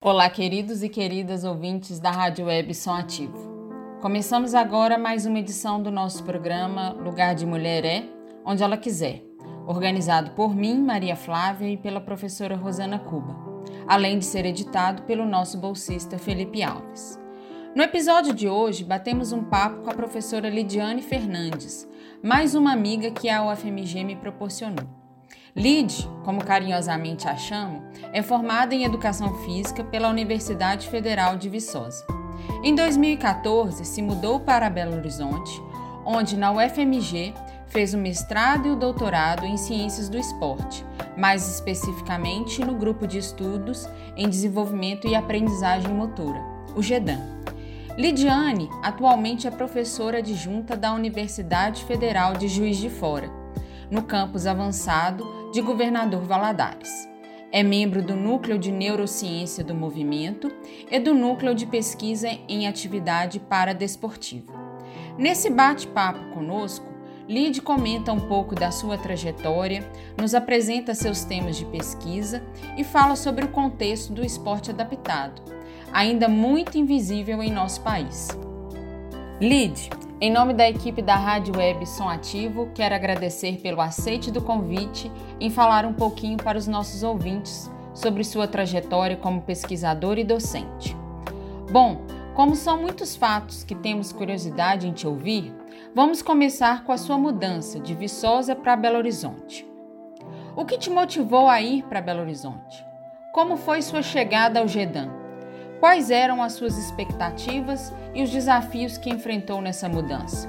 Olá, queridos e queridas ouvintes da Rádio Web Som Ativo. Começamos agora mais uma edição do nosso programa Lugar de Mulher é Onde Ela Quiser, organizado por mim, Maria Flávia, e pela professora Rosana Cuba, além de ser editado pelo nosso bolsista Felipe Alves. No episódio de hoje, batemos um papo com a professora Lidiane Fernandes, mais uma amiga que a UFMG me proporcionou. Lid, como carinhosamente a chamo, é formada em Educação Física pela Universidade Federal de Viçosa. Em 2014, se mudou para Belo Horizonte, onde na UFMG fez o mestrado e o doutorado em Ciências do Esporte, mais especificamente no Grupo de Estudos em Desenvolvimento e Aprendizagem Motora, o GEDAM. Lidiane atualmente é professora adjunta da Universidade Federal de Juiz de Fora, no campus avançado de Governador Valadares. É membro do Núcleo de Neurociência do Movimento e do Núcleo de Pesquisa em Atividade Paradesportiva. Nesse bate-papo conosco, Lid comenta um pouco da sua trajetória, nos apresenta seus temas de pesquisa e fala sobre o contexto do esporte adaptado, ainda muito invisível em nosso país. Lid, em nome da equipe da Rádio Web Som Ativo, quero agradecer pelo aceite do convite em falar um pouquinho para os nossos ouvintes sobre sua trajetória como pesquisador e docente. Bom, como são muitos fatos que temos curiosidade em te ouvir, vamos começar com a sua mudança de Viçosa para Belo Horizonte. O que te motivou a ir para Belo Horizonte? Como foi sua chegada ao GEDAM? Quais eram as suas expectativas e os desafios que enfrentou nessa mudança?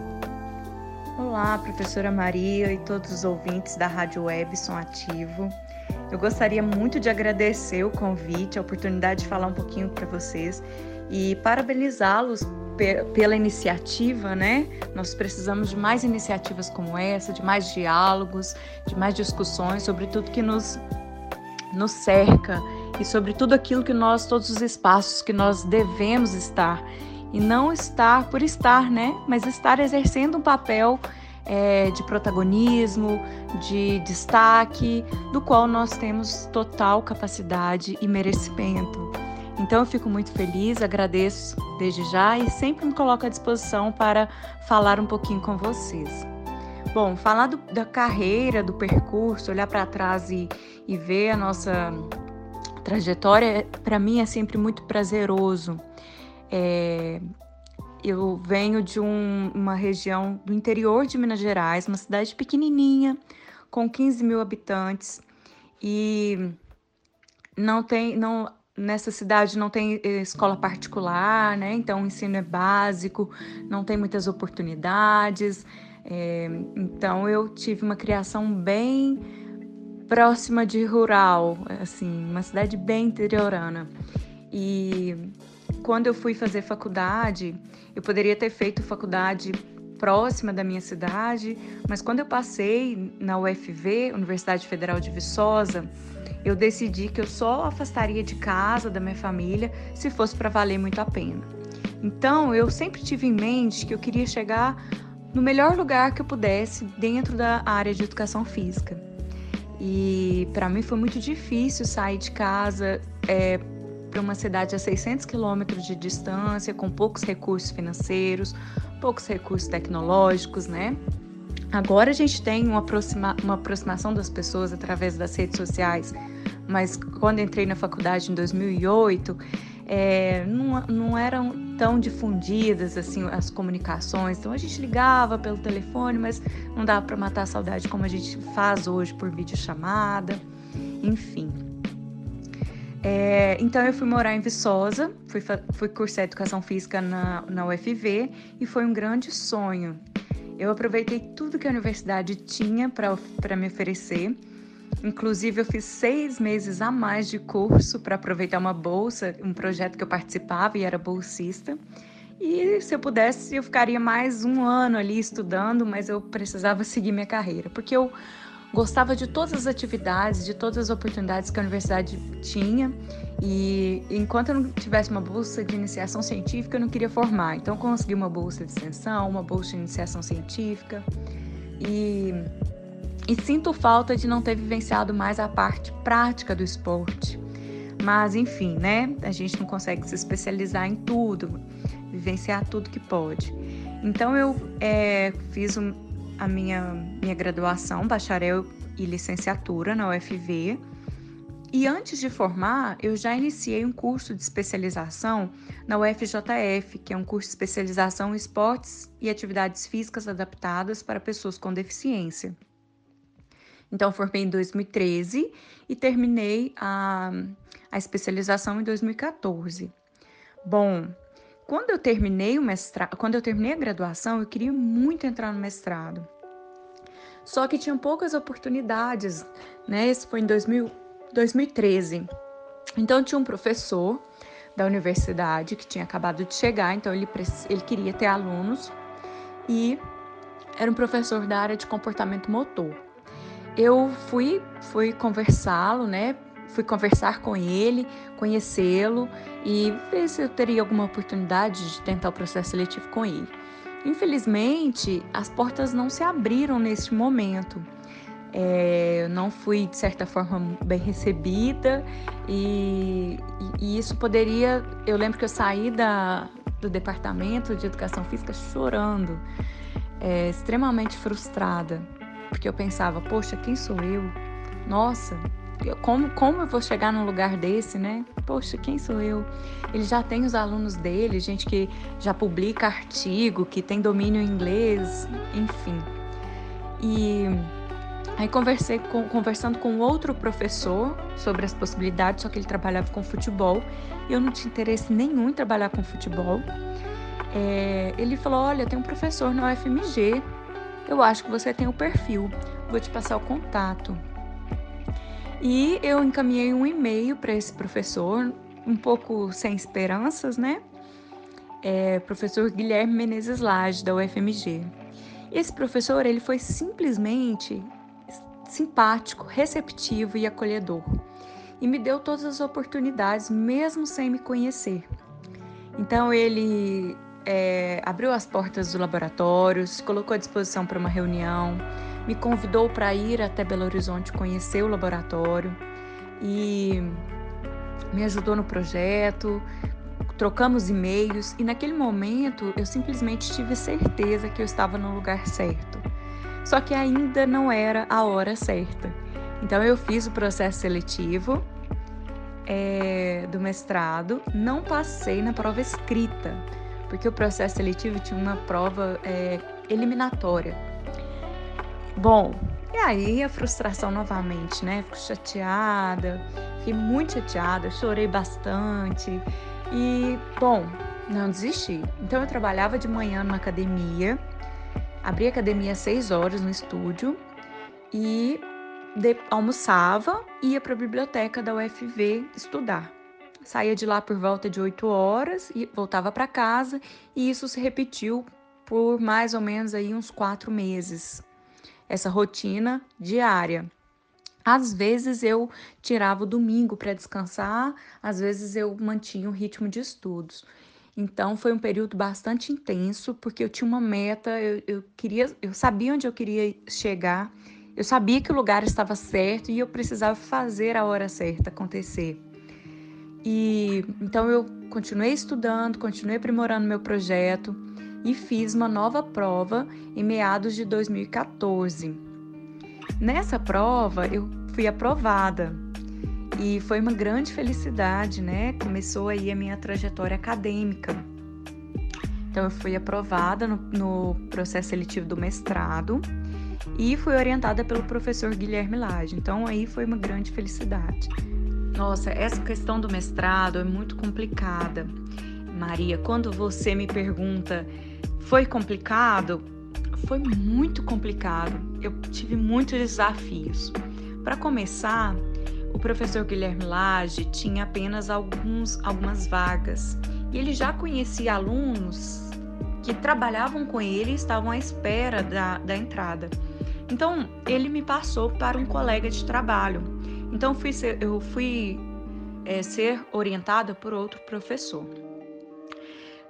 Olá, professora Maria e todos os ouvintes da Rádio Web Som Ativo. Eu gostaria muito de agradecer o convite, a oportunidade de falar um pouquinho para vocês e parabenizá-los pela iniciativa, né? Nós precisamos de mais iniciativas como essa, de mais diálogos, de mais discussões sobre tudo que nos cerca e sobre tudo aquilo que todos os espaços que nós devemos estar. E não estar por estar, né? Mas estar exercendo um papel de protagonismo, de destaque, do qual nós temos total capacidade e merecimento. Então eu fico muito feliz, agradeço desde já e sempre me coloco à disposição para falar um pouquinho com vocês. Bom, falar da carreira, do percurso, olhar para trás e ver a nossa trajetória, para mim é sempre muito prazeroso. Eu venho de uma região do interior de Minas Gerais, uma cidade pequenininha, com 15 mil habitantes, e nessa cidade não tem escola particular, né? Então o ensino é básico, não tem muitas oportunidades. Então eu tive uma criação bem próxima de rural, assim, uma cidade bem interiorana. E quando eu fui fazer faculdade, eu poderia ter feito faculdade próxima da minha cidade, mas quando eu passei na UFV, Universidade Federal de Viçosa, eu decidi que eu só afastaria de casa, da minha família, se fosse para valer muito a pena. Então, eu sempre tive em mente que eu queria chegar no melhor lugar que eu pudesse dentro da área de educação física. E para mim foi muito difícil sair de casa para uma cidade a 600 quilômetros de distância, com poucos recursos financeiros, poucos recursos tecnológicos, né? Agora a gente tem uma aproximação das pessoas através das redes sociais, mas quando entrei na faculdade em 2008, não eram tão difundidas assim as comunicações, então a gente ligava pelo telefone, mas não dava para matar a saudade como a gente faz hoje por videochamada, enfim. Então eu fui morar em Viçosa, fui cursar Educação Física na UFV e foi um grande sonho. Eu aproveitei tudo que a universidade tinha para me oferecer. Inclusive, eu fiz 6 meses a mais de curso para aproveitar uma bolsa, um projeto que eu participava e era bolsista. E se eu pudesse, eu ficaria mais um ano ali estudando, mas eu precisava seguir minha carreira, porque eu gostava de todas as atividades, de todas as oportunidades que a universidade tinha. E enquanto eu não tivesse uma bolsa de iniciação científica, eu não queria formar. Então, eu consegui uma bolsa de extensão, uma bolsa de iniciação científica. E sinto falta de não ter vivenciado mais a parte prática do esporte. Mas, enfim, né? A gente não consegue se especializar em tudo, vivenciar tudo que pode. Então, eu fiz a minha graduação, bacharel e licenciatura na UFV. E antes de formar, eu já iniciei um curso de especialização na UFJF, que é um curso de especialização em esportes e atividades físicas adaptadas para pessoas com deficiência. Então, formei em 2013 e terminei a especialização em 2014. Bom, quando eu terminei a graduação, eu queria muito entrar no mestrado. Só que tinham poucas oportunidades, né? Esse foi em 2013. Então, tinha um professor da universidade que tinha acabado de chegar, então ele queria ter alunos e era um professor da área de comportamento motor. Eu fui conversá-lo, né? Fui conversar com ele, conhecê-lo e ver se eu teria alguma oportunidade de tentar o processo seletivo com ele. Infelizmente, as portas não se abriram neste momento. Eu não fui, de certa forma, bem recebida e isso poderia... Eu lembro que eu saí do departamento de educação física chorando, extremamente frustrada, porque eu pensava, poxa, quem sou eu? Nossa, como eu vou chegar num lugar desse, né? Poxa, quem sou eu? Ele já tem os alunos dele, gente que já publica artigo, que tem domínio em inglês, enfim. E aí conversando com outro professor sobre as possibilidades, só que ele trabalhava com futebol, e eu não tinha interesse nenhum em trabalhar com futebol. Ele falou, olha, tem um professor na UFMG, eu acho que você tem o perfil, vou te passar o contato. E eu encaminhei um e-mail para esse professor, um pouco sem esperanças, né? Professor Guilherme Menezes Lage, da UFMG. Esse professor, ele foi simplesmente simpático, receptivo e acolhedor. E me deu todas as oportunidades, mesmo sem me conhecer. Então, ele abriu as portas do laboratório, se colocou à disposição para uma reunião, me convidou para ir até Belo Horizonte conhecer o laboratório e me ajudou no projeto, trocamos e-mails e naquele momento eu simplesmente tive certeza que eu estava no lugar certo. Só que ainda não era a hora certa. Então eu fiz o processo seletivo do mestrado, não passei na prova escrita, porque o processo seletivo tinha uma prova eliminatória. Bom, e aí a frustração novamente, né? Fico chateada, fiquei muito chateada, chorei bastante e, bom, não desisti. Então eu trabalhava de manhã numa academia, abria a academia às 6 horas no estúdio e almoçava e ia para a biblioteca da UFV estudar. Saía de lá por volta de 8 horas e voltava para casa e isso se repetiu por mais ou menos aí uns 4 meses. Essa rotina diária. Às vezes eu tirava o domingo para descansar, às vezes eu mantinha um ritmo de estudos. Então foi um período bastante intenso, porque eu tinha uma meta, eu sabia onde eu queria chegar, eu sabia que o lugar estava certo e eu precisava fazer a hora certa acontecer. E então eu continuei estudando, continuei aprimorando meu projeto e fiz uma nova prova em meados de 2014. Nessa prova eu fui aprovada e foi uma grande felicidade, né? Começou aí a minha trajetória acadêmica. Então eu fui aprovada no processo seletivo do mestrado e fui orientada pelo professor Guilherme Lage. Então aí foi uma grande felicidade. Nossa, essa questão do mestrado é muito complicada. Maria, quando você me pergunta, foi complicado? Foi muito complicado. Eu tive muitos desafios. Para começar, o professor Guilherme Lage tinha apenas algumas vagas. E ele já conhecia alunos que trabalhavam com ele e estavam à espera da entrada. Então, ele me passou para um colega de trabalho. Então, eu fui ser orientada por outro professor.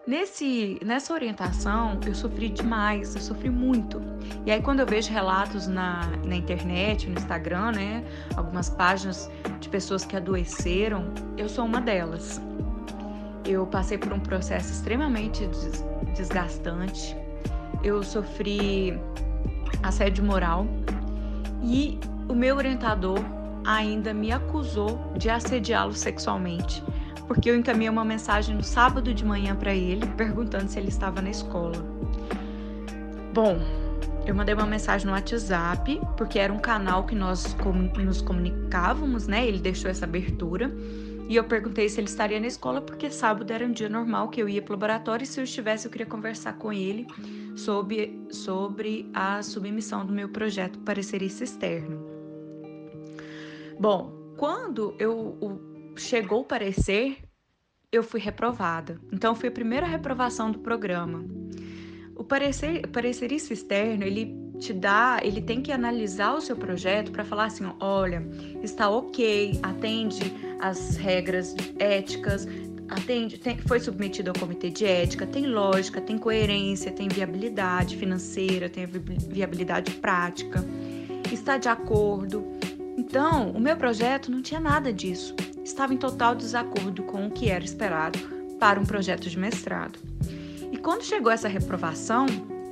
Nessa orientação, eu sofri demais, eu sofri muito. E aí, quando eu vejo relatos na internet, no Instagram, né, algumas páginas de pessoas que adoeceram, eu sou uma delas. Eu passei por um processo extremamente desgastante. Eu sofri assédio moral e o meu orientador ainda me acusou de assediá-lo sexualmente, porque eu encaminhei uma mensagem no sábado de manhã para ele, perguntando se ele estava na escola. Bom, eu mandei uma mensagem no WhatsApp, porque era um canal que nós nos comunicávamos, né? Ele deixou essa abertura. E eu perguntei se ele estaria na escola, porque sábado era um dia normal que eu ia para o laboratório, e se eu estivesse, eu queria conversar com ele sobre a submissão do meu projeto parecerista externo. Bom, quando chegou o parecer, eu fui reprovada. Então, foi a primeira reprovação do programa. O parecerista externo, ele tem que analisar o seu projeto para falar assim, olha, está ok, atende às regras éticas, foi submetido ao comitê de ética, tem lógica, tem coerência, tem viabilidade financeira, tem viabilidade prática, está de acordo. Então, o meu projeto não tinha nada disso, estava em total desacordo com o que era esperado para um projeto de mestrado. E quando chegou essa reprovação,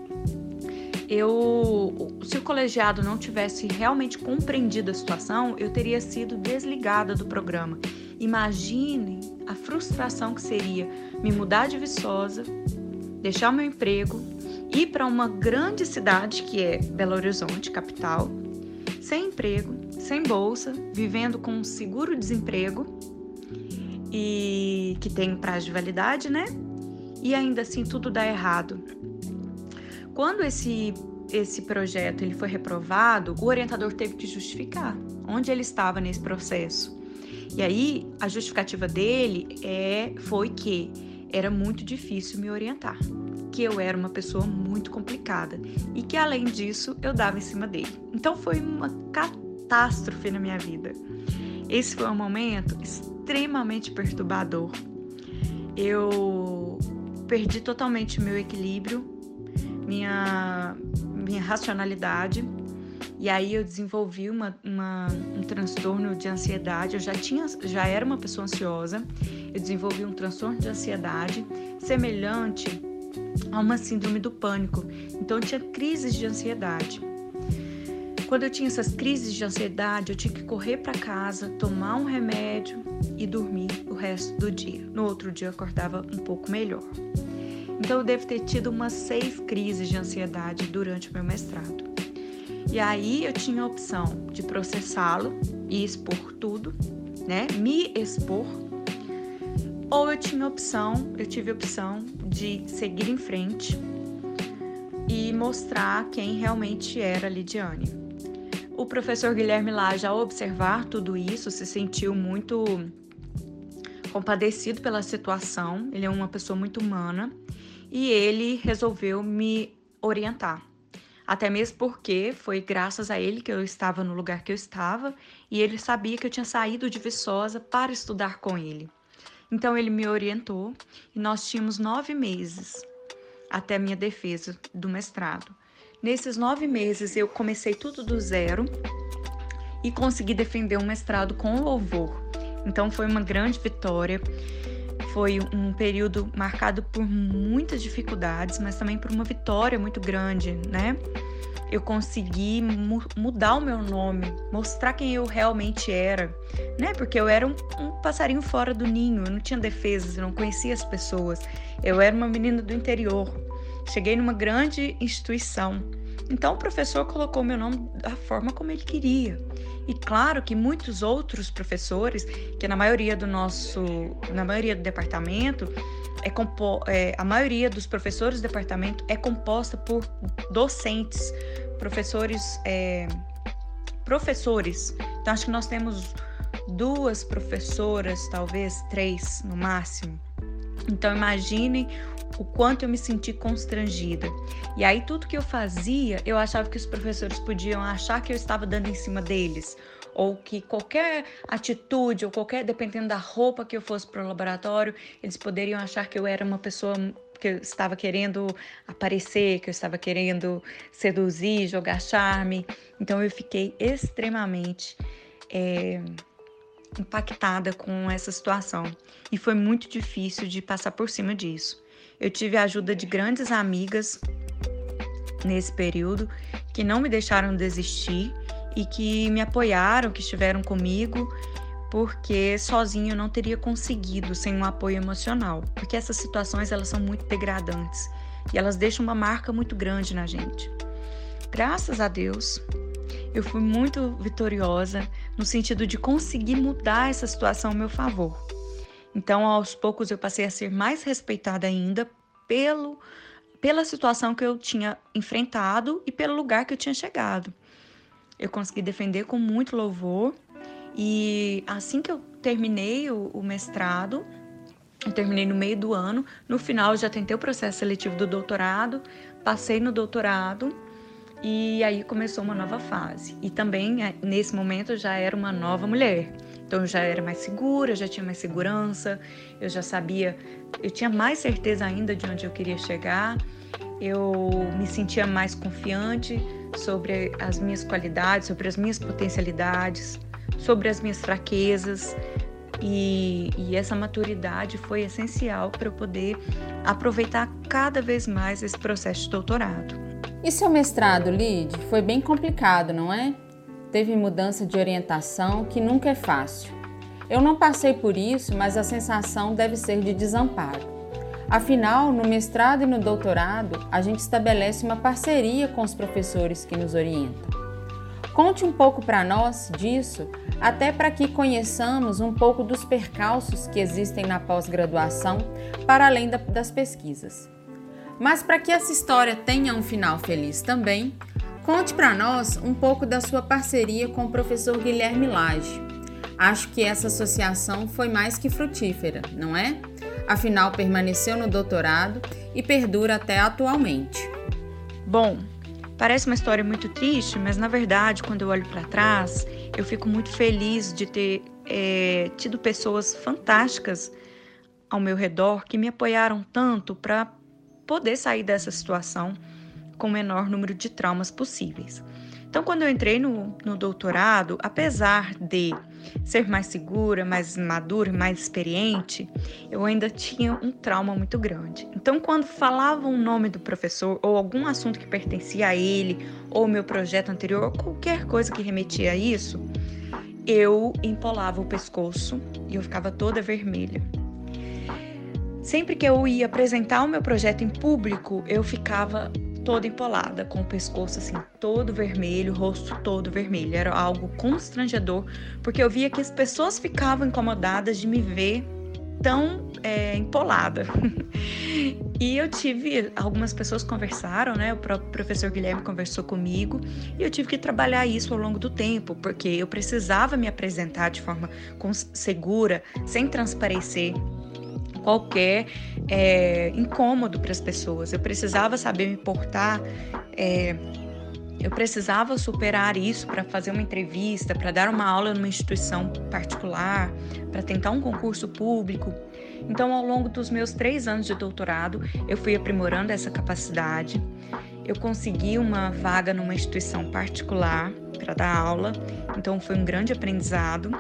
se o colegiado não tivesse realmente compreendido a situação, eu teria sido desligada do programa. Imaginem a frustração que seria me mudar de Viçosa, deixar o meu emprego, ir para uma grande cidade que é Belo Horizonte, capital, sem emprego, sem bolsa, vivendo com um seguro-desemprego e que tem prazo de validade, né? E ainda assim tudo dá errado. Quando esse projeto ele foi reprovado, o orientador teve que justificar onde ele estava nesse processo. E aí, a justificativa dele foi que era muito difícil me orientar, que eu era uma pessoa muito complicada e que, além disso, eu dava em cima dele. Então, foi uma catástrofe na minha vida. Esse foi um momento extremamente perturbador. Eu perdi totalmente meu equilíbrio, minha racionalidade, e aí eu desenvolvi um transtorno de ansiedade. Eu já era uma pessoa ansiosa, eu desenvolvi um transtorno de ansiedade semelhante a uma síndrome do pânico. Então eu tinha crises de ansiedade. Quando eu tinha essas crises de ansiedade, eu tinha que correr para casa, tomar um remédio e dormir o resto do dia. No outro dia eu acordava um pouco melhor. Então eu devo ter tido umas 6 crises de ansiedade durante o meu mestrado. E aí eu tinha a opção de processá-lo e expor tudo, né? Me expor. Ou eu tive a opção de seguir em frente e mostrar quem realmente era a Lidiane. O professor Guilherme Lage, ao observar tudo isso, se sentiu muito compadecido pela situação. Ele é uma pessoa muito humana e ele resolveu me orientar. Até mesmo porque foi graças a ele que eu estava no lugar que eu estava e ele sabia que eu tinha saído de Viçosa para estudar com ele. Então ele me orientou e nós tínhamos 9 meses até a minha defesa do mestrado. Nesses 9 meses eu comecei tudo do zero e consegui defender um mestrado com louvor. Então foi uma grande vitória. Foi um período marcado por muitas dificuldades, mas também por uma vitória muito grande, né? Eu consegui mudar o meu nome, mostrar quem eu realmente era, né? Porque eu era um passarinho fora do ninho, eu não tinha defesas, eu não conhecia as pessoas. Eu era uma menina do interior. Cheguei numa grande instituição. Então o professor colocou meu nome da forma como ele queria. E claro que muitos outros professores, que na maioria do departamento, a maioria dos professores do departamento é composta por docentes, professores. Então acho que nós temos 2 professoras, talvez 3 no máximo. Então imaginem o quanto eu me senti constrangida. E aí tudo que eu fazia, eu achava que os professores podiam achar que eu estava dando em cima deles, ou que qualquer atitude, ou qualquer, dependendo da roupa que eu fosse para o laboratório, eles poderiam achar que eu era uma pessoa que eu estava querendo aparecer, que eu estava querendo seduzir, jogar charme. Então eu fiquei extremamente impactada com essa situação e foi muito difícil de passar por cima disso. Eu tive a ajuda de grandes amigas nesse período que não me deixaram desistir e que me apoiaram, que estiveram comigo, porque sozinho eu não teria conseguido sem um apoio emocional, porque essas situações elas são muito degradantes e elas deixam uma marca muito grande na gente. Graças a Deus, eu fui muito vitoriosa no sentido de conseguir mudar essa situação ao meu favor. Então, aos poucos, eu passei a ser mais respeitada ainda pela situação que eu tinha enfrentado e pelo lugar que eu tinha chegado. Eu consegui defender com muito louvor e assim que eu terminei o mestrado, eu terminei no meio do ano, no final eu já tentei o processo seletivo do doutorado, passei no doutorado e aí começou uma nova fase. E também, nesse momento, eu já era uma nova mulher. Então, eu já era mais segura, já tinha mais segurança, eu já sabia, eu tinha mais certeza ainda de onde eu queria chegar, eu me sentia mais confiante sobre as minhas qualidades, sobre as minhas potencialidades, sobre as minhas fraquezas. E essa maturidade foi essencial para eu poder aproveitar cada vez mais esse processo de doutorado. E seu mestrado, Lid, foi bem complicado, não é? Teve mudança de orientação, que nunca é fácil. Eu não passei por isso, mas a sensação deve ser de desamparo. Afinal, no mestrado e no doutorado, a gente estabelece uma parceria com os professores que nos orientam. Conte um pouco para nós disso, até para que conheçamos um pouco dos percalços que existem na pós-graduação, para além das pesquisas. Mas para que essa história tenha um final feliz também, conte para nós um pouco da sua parceria com o professor Guilherme Lage. Acho que essa associação foi mais que frutífera, não é? Afinal, permaneceu no doutorado e perdura até atualmente. Bom, parece uma história muito triste, mas na verdade, quando eu olho para trás, eu fico muito feliz de ter tido pessoas fantásticas ao meu redor que me apoiaram tanto para poder sair dessa situação com o menor número de traumas possíveis. Então, quando eu entrei no doutorado, apesar de ser mais segura, mais madura, mais experiente, eu ainda tinha um trauma muito grande. Então, quando falavam o nome do professor ou algum assunto que pertencia a ele, ou o meu projeto anterior, ou qualquer coisa que remetia a isso, eu empolava o pescoço e eu ficava toda vermelha. Sempre que eu ia apresentar o meu projeto em público, eu ficava toda empolada, com o pescoço assim, todo vermelho, o rosto todo vermelho. Era algo constrangedor, porque eu via que as pessoas ficavam incomodadas de me ver tão empolada. E eu tive, algumas pessoas conversaram, né? O próprio professor Guilherme conversou comigo e eu tive que trabalhar isso ao longo do tempo, porque eu precisava me apresentar de forma segura, sem transparecer qualquer incômodo para as pessoas. Eu precisava saber me portar, eu precisava superar isso para fazer uma entrevista, para dar uma aula numa instituição particular, para tentar um concurso público. Então, ao longo dos meus 3 anos de doutorado, eu fui aprimorando essa capacidade. Eu consegui uma vaga numa instituição particular para dar aula, então foi um grande aprendizado.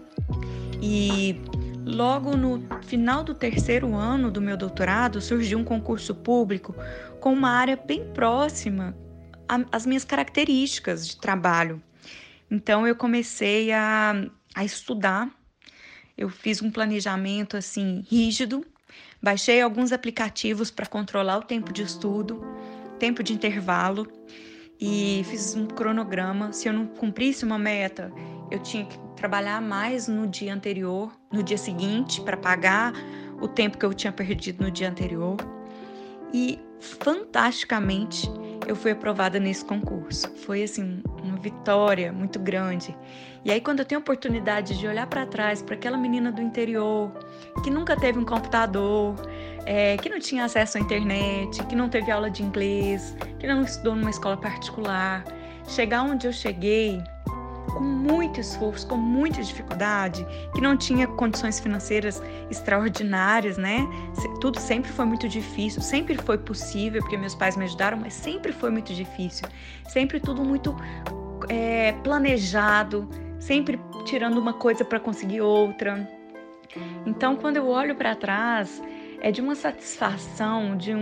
E logo no final do 3º ano do meu doutorado, surgiu um concurso público com uma área bem próxima às minhas características de trabalho. Então, eu comecei a estudar, eu fiz um planejamento assim rígido, baixei alguns aplicativos para controlar o tempo de estudo, tempo de intervalo, e fiz um cronograma. Se eu não cumprisse uma meta, eu tinha que trabalhar mais no dia anterior, no dia seguinte, para pagar o tempo que eu tinha perdido no dia anterior. E, fantasticamente, eu fui aprovada nesse concurso. Foi, assim, uma vitória muito grande. E aí, quando eu tenho a oportunidade de olhar para trás, para aquela menina do interior, que nunca teve um computador, que não tinha acesso à internet, que não teve aula de inglês, que não estudou numa escola particular, chegar onde eu cheguei, com muito esforço, com muita dificuldade, que não tinha condições financeiras extraordinárias, né? Tudo sempre foi muito difícil, sempre foi possível, porque meus pais me ajudaram, mas sempre foi muito difícil. Sempre tudo muito planejado, sempre tirando uma coisa para conseguir outra. Então, quando eu olho para trás, é de uma satisfação, de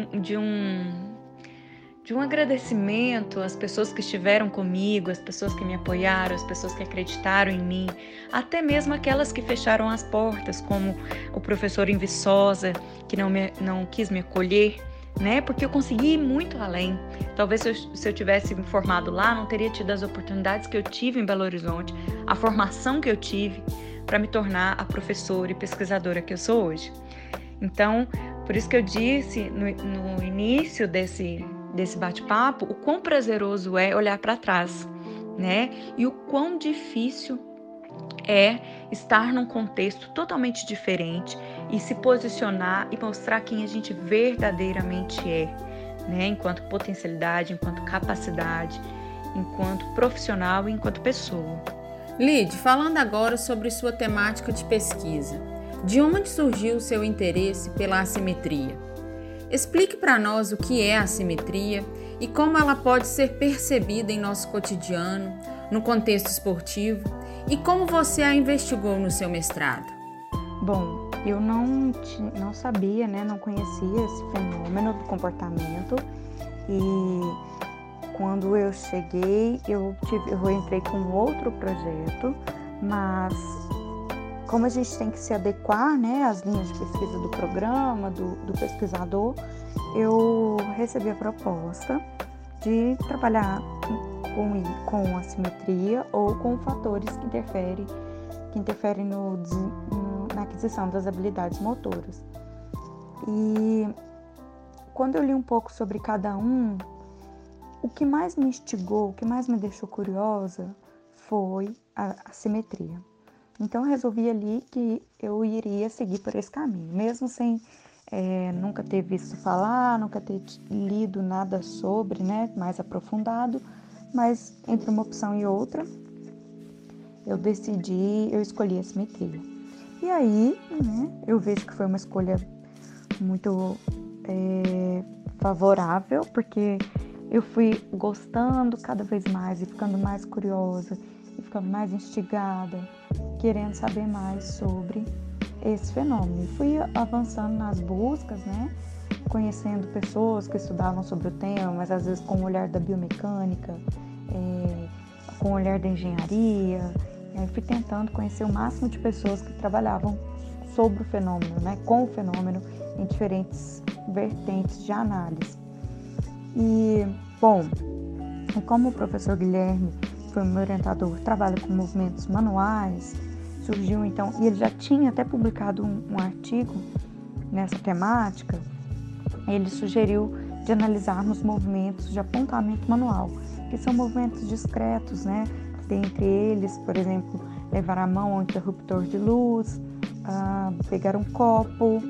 um agradecimento às pessoas que estiveram comigo, às pessoas que me apoiaram, às pessoas que acreditaram em mim, até mesmo aquelas que fecharam as portas, como o professor em Viçosa, que não quis me acolher, né? Porque eu consegui ir muito além. Talvez se eu tivesse me formado lá, não teria tido as oportunidades que eu tive em Belo Horizonte, a formação que eu tive para me tornar a professora e pesquisadora que eu sou hoje. Então, por isso que eu disse no início desse bate-papo, o quão prazeroso é olhar para trás, né? E o quão difícil é estar num contexto totalmente diferente e se posicionar e mostrar quem a gente verdadeiramente é, né? Enquanto potencialidade, enquanto capacidade, enquanto profissional e enquanto pessoa. Lide, falando agora sobre sua temática de pesquisa, de onde surgiu o seu interesse pela assimetria? Explique para nós o que é a assimetria e como ela pode ser percebida em nosso cotidiano, no contexto esportivo, e como você a investigou no seu mestrado. Bom, eu não sabia, né, não conhecia esse fenômeno do comportamento, e quando eu cheguei, eu entrei com outro projeto, mas como a gente tem que se adequar, né, às linhas de pesquisa do programa, do pesquisador, eu recebi a proposta de trabalhar com assimetria ou com fatores que interferem na aquisição das habilidades motoras. E quando eu li um pouco sobre cada um, o que mais me instigou, o que mais me deixou curiosa foi a assimetria. Então eu resolvi ali que eu iria seguir por esse caminho, mesmo sem nunca ter visto falar, nunca ter lido nada sobre, né, mais aprofundado, mas entre uma opção e outra, eu escolhi a simetria. E aí, né, eu vejo que foi uma escolha muito favorável, porque eu fui gostando cada vez mais e ficando mais curiosa e ficando mais instigada, querendo saber mais sobre esse fenômeno. E fui avançando nas buscas, né? Conhecendo pessoas que estudavam sobre o tema, mas às vezes com o olhar da biomecânica, com o olhar da engenharia. E aí fui tentando conhecer o máximo de pessoas que trabalhavam sobre o fenômeno, né? Com o fenômeno em diferentes vertentes de análise. E, bom, como o professor Guilherme foi meu orientador, trabalha com movimentos manuais, surgiu então, e ele já tinha até publicado um artigo nessa temática, ele sugeriu de analisarmos movimentos de apontamento manual, que são movimentos discretos, né? Dentre eles, por exemplo, levar a mão ao interruptor de luz, pegar um copo,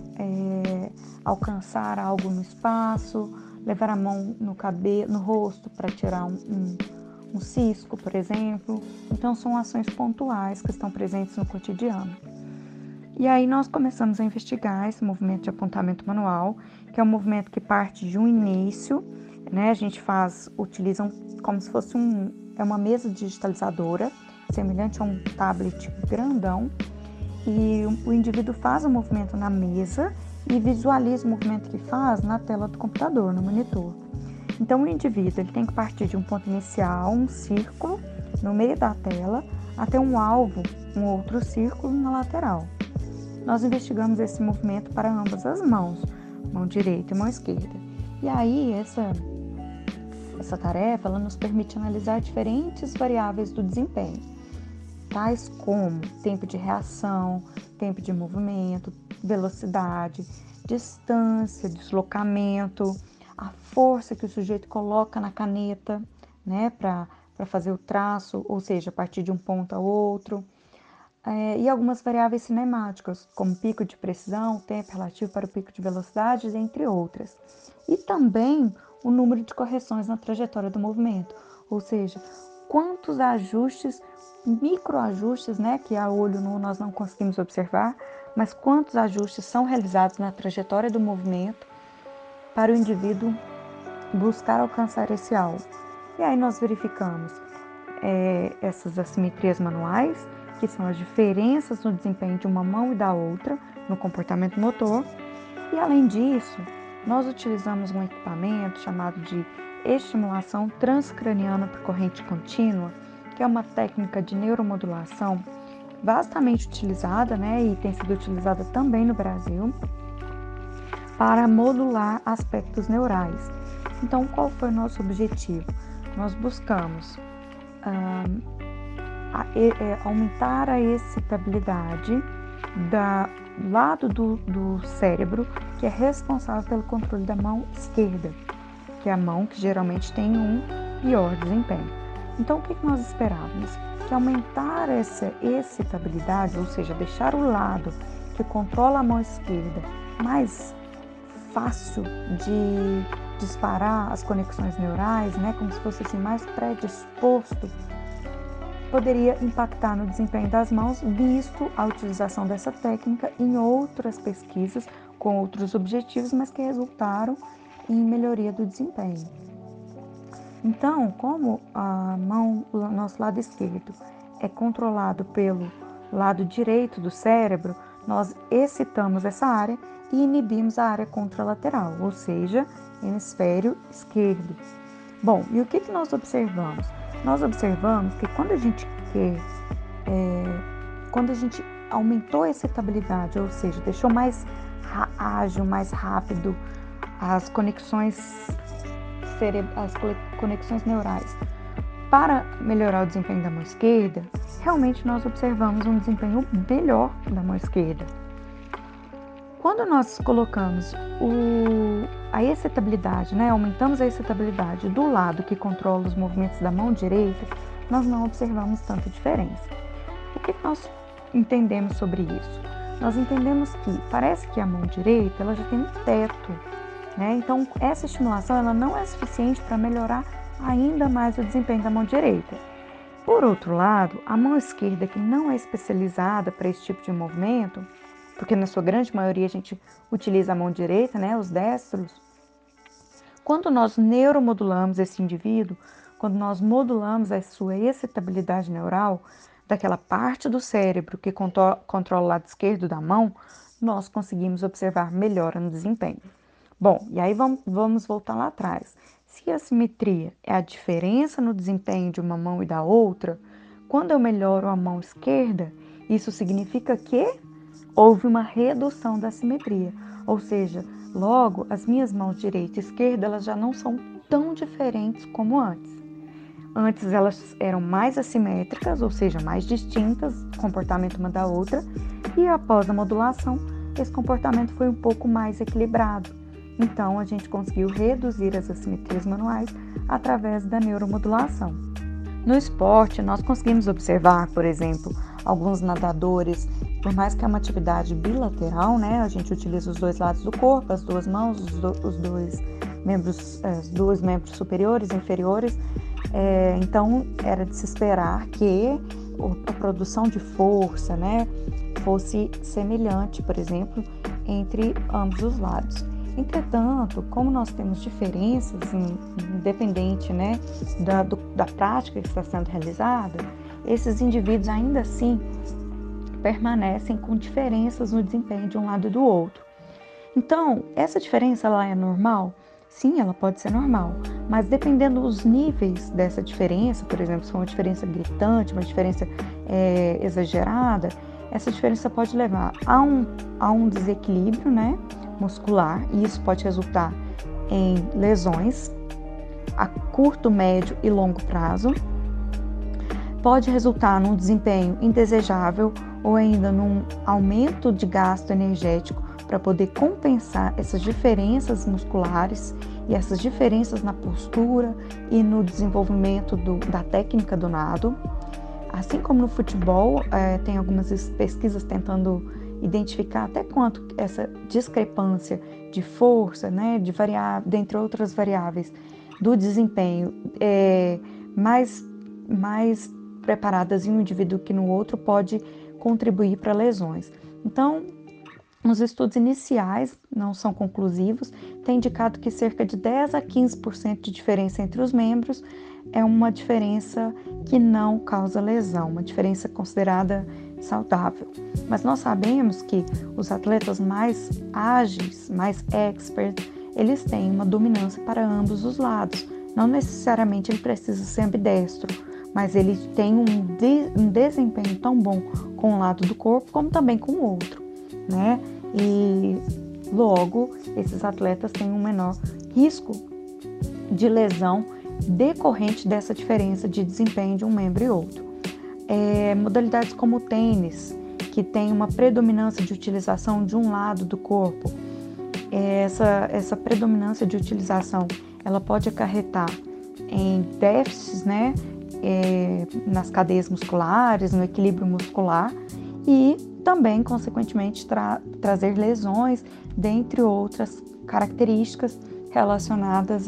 alcançar algo no espaço, levar a mão no cabelo, no rosto para tirar um cisco, por exemplo. Então, são ações pontuais que estão presentes no cotidiano. E aí nós começamos a investigar esse movimento de apontamento manual, que é um movimento que parte de um início, né? A gente utiliza como se fosse uma mesa digitalizadora, semelhante a um tablet grandão, e o indivíduo faz o movimento na mesa e visualiza o movimento que faz na tela do computador, no monitor. Então, o indivíduo ele tem que partir de um ponto inicial, um círculo, no meio da tela, até um alvo, um outro círculo na lateral. Nós investigamos esse movimento para ambas as mãos, mão direita e mão esquerda. E aí, essa tarefa ela nos permite analisar diferentes variáveis do desempenho, tais como tempo de reação, tempo de movimento, velocidade, distância, deslocamento, a força que o sujeito coloca na caneta, né, para fazer o traço, ou seja, a partir de um ponto a outro, e algumas variáveis cinemáticas, como pico de precisão, tempo relativo para o pico de velocidade, entre outras. E também o número de correções na trajetória do movimento, ou seja, quantos ajustes, microajustes, né, que a olho nu nós não conseguimos observar, mas quantos ajustes são realizados na trajetória do movimento para o indivíduo buscar alcançar esse alvo. E aí nós verificamos essas assimetrias manuais, que são as diferenças no desempenho de uma mão e da outra no comportamento motor. E além disso, nós utilizamos um equipamento chamado de estimulação transcraniana por corrente contínua, que é uma técnica de neuromodulação vastamente utilizada, né, e tem sido utilizada também no Brasil, para modular aspectos neurais. Então, qual foi o nosso objetivo? Nós buscamos aumentar a excitabilidade do lado do cérebro que é responsável pelo controle da mão esquerda, que é a mão que geralmente tem um pior desempenho. Então, o que nós esperávamos? Que aumentar essa excitabilidade, ou seja, deixar o lado que controla a mão esquerda mais fácil de disparar as conexões neurais, né, como se fosse assim, mais predisposto, poderia impactar no desempenho das mãos, visto a utilização dessa técnica em outras pesquisas com outros objetivos, mas que resultaram em melhoria do desempenho. Então, como a mão, o nosso lado esquerdo, é controlado pelo lado direito do cérebro, nós excitamos essa área e inibimos a área contralateral, ou seja, hemisfério esquerdo. Bom, e o que nós observamos? Nós observamos que quando a gente aumentou a excitabilidade, ou seja, deixou mais ágil, mais rápido as conexões neurais para melhorar o desempenho da mão esquerda, realmente nós observamos um desempenho melhor da mão esquerda. Quando nós colocamos a excitabilidade, né, aumentamos a excitabilidade do lado que controla os movimentos da mão direita, nós não observamos tanta diferença. O que nós entendemos sobre isso? Nós entendemos que parece que a mão direita ela já tem um teto, né? Então essa estimulação ela não é suficiente para melhorar ainda mais o desempenho da mão direita. Por outro lado, a mão esquerda, que não é especializada para esse tipo de movimento, porque na sua grande maioria a gente utiliza a mão direita, né, os destros, quando nós neuromodulamos esse indivíduo, quando nós modulamos a sua excitabilidade neural, daquela parte do cérebro que controla o lado esquerdo da mão, nós conseguimos observar melhora no desempenho. Bom, e aí vamos voltar lá atrás. Se a simetria é a diferença no desempenho de uma mão e da outra, quando eu melhoro a mão esquerda, isso significa que houve uma redução da simetria, ou seja, logo as minhas mãos direita e esquerda elas já não são tão diferentes como antes. Antes elas eram mais assimétricas, ou seja, mais distintas, comportamento uma da outra, e após a modulação, esse comportamento foi um pouco mais equilibrado. Então, a gente conseguiu reduzir as assimetrias manuais através da neuromodulação. No esporte, nós conseguimos observar, por exemplo, alguns nadadores, por mais que é uma atividade bilateral, né, a gente utiliza os dois lados do corpo, as duas mãos, os dois membros superiores e inferiores, então era de se esperar que a produção de força, né, fosse semelhante, por exemplo, entre ambos os lados. Entretanto, como nós temos diferenças, independente, né, da prática que está sendo realizada, esses indivíduos ainda assim permanecem com diferenças no desempenho de um lado e do outro. Então, essa diferença ela é normal? Sim, ela pode ser normal, mas dependendo dos níveis dessa diferença, por exemplo, se for uma diferença gritante, uma diferença exagerada, essa diferença pode levar a um desequilíbrio, né, muscular, e isso pode resultar em lesões a curto, médio e longo prazo. Pode resultar num desempenho indesejável ou ainda num aumento de gasto energético para poder compensar essas diferenças musculares e essas diferenças na postura e no desenvolvimento da técnica do nado. Assim como no futebol, tem algumas pesquisas tentando identificar até quanto essa discrepância de força, né, dentre outras variáveis, do desempenho mais preparadas em um indivíduo que no outro pode contribuir para lesões. Então, os estudos iniciais, não são conclusivos, têm indicado que cerca de 10 a 15% de diferença entre os membros é uma diferença que não causa lesão, uma diferença considerada saudável. Mas nós sabemos que os atletas mais ágeis, mais experts, eles têm uma dominância para ambos os lados. Não necessariamente ele precisa ser ambidestro, mas ele tem um desempenho tão bom com um lado do corpo como também com o outro, né? E logo, esses atletas têm um menor risco de lesão decorrente dessa diferença de desempenho de um membro e outro. Modalidades como o tênis, que tem uma predominância de utilização de um lado do corpo, essa predominância de utilização, ela pode acarretar em déficits, né, nas cadeias musculares, no equilíbrio muscular e também, consequentemente, trazer lesões, dentre outras características relacionadas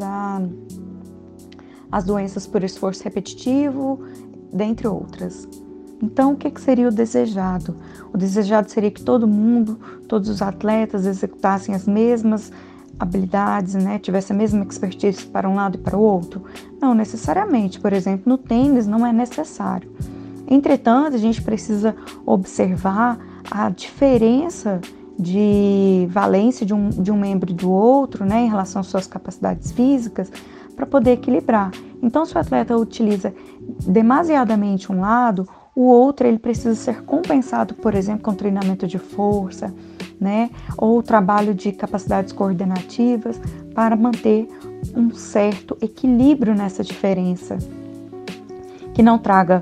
às doenças por esforço repetitivo, dentre outras. Então, o que seria o desejado? O desejado seria que todo mundo, todos os atletas executassem as mesmas habilidades, né? Tivesse a mesma expertise para um lado e para o outro? Não necessariamente. Por exemplo, no tênis não é necessário. Entretanto, a gente precisa observar a diferença de valência de um membro e do outro, né, em relação às suas capacidades físicas, para poder equilibrar. Então, se o atleta utiliza demasiadamente um lado, o outro ele precisa ser compensado, por exemplo, com treinamento de força, né, ou trabalho de capacidades coordenativas para manter um certo equilíbrio nessa diferença, que não traga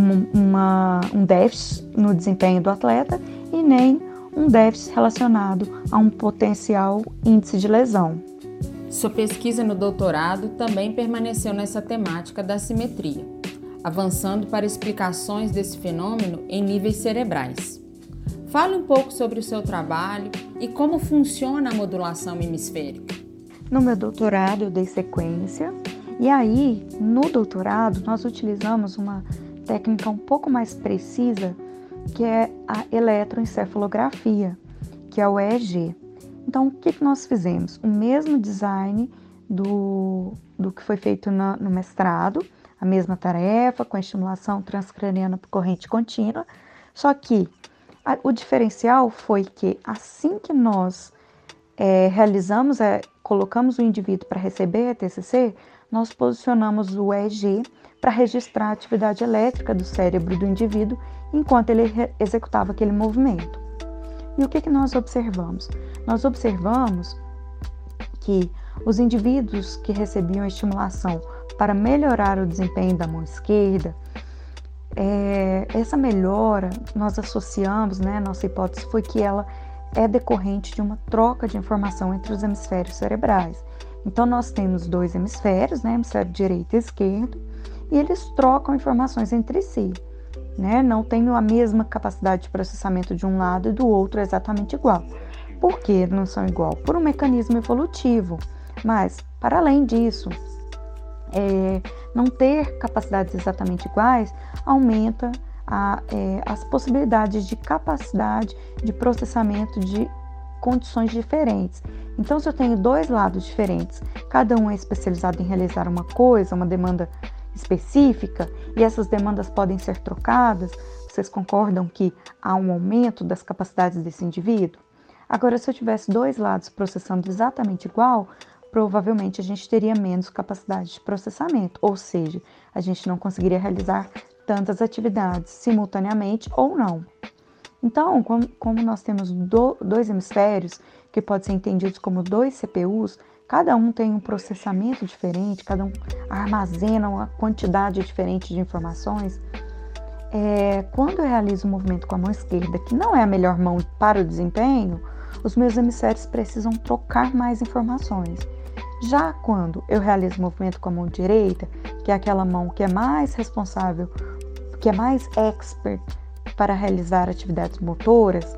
um déficit no desempenho do atleta e nem um déficit relacionado a um potencial índice de lesão. Sua pesquisa no doutorado também permaneceu nessa temática da simetria, avançando para explicações desse fenômeno em níveis cerebrais. Fale um pouco sobre o seu trabalho e como funciona a modulação hemisférica. No meu doutorado eu dei sequência e aí, no doutorado, nós utilizamos uma técnica um pouco mais precisa, que é a eletroencefalografia, que é o EEG. Então, o que nós fizemos? O mesmo design do que foi feito no mestrado, a mesma tarefa, com a estimulação transcraniana por corrente contínua, só que o diferencial foi que assim que nós colocamos o indivíduo para receber a TCC, nós posicionamos o EEG para registrar a atividade elétrica do cérebro do indivíduo enquanto ele executava aquele movimento. E o que nós observamos? Nós observamos que os indivíduos que recebiam a estimulação para melhorar o desempenho da mão esquerda, essa melhora nós associamos, né, nossa hipótese foi que ela é decorrente de uma troca de informação entre os hemisférios cerebrais. Então, nós temos dois hemisférios, né, hemisfério direito e esquerdo, e eles trocam informações entre si, né? Não tem a mesma capacidade de processamento de um lado e do outro exatamente igual. Por que não são igual? Por um mecanismo evolutivo. Mas, para além disso, não ter capacidades exatamente iguais aumenta as possibilidades de capacidade de processamento de condições diferentes. Então, se eu tenho dois lados diferentes, cada um é especializado em realizar uma coisa, uma demanda específica, e essas demandas podem ser trocadas, vocês concordam que há um aumento das capacidades desse indivíduo? Agora, se eu tivesse dois lados processando exatamente igual, provavelmente a gente teria menos capacidade de processamento, ou seja, a gente não conseguiria realizar tantas atividades simultaneamente ou não. Então, como nós temos dois hemisférios, que podem ser entendidos como dois CPUs, cada um tem um processamento diferente, cada um armazena uma quantidade diferente de informações. Quando eu realizo um movimento com a mão esquerda, que não é a melhor mão para o desempenho, os meus hemisférios precisam trocar mais informações. Já quando eu realizo um movimento com a mão direita, que é aquela mão que é mais responsável, que é mais expert para realizar atividades motoras,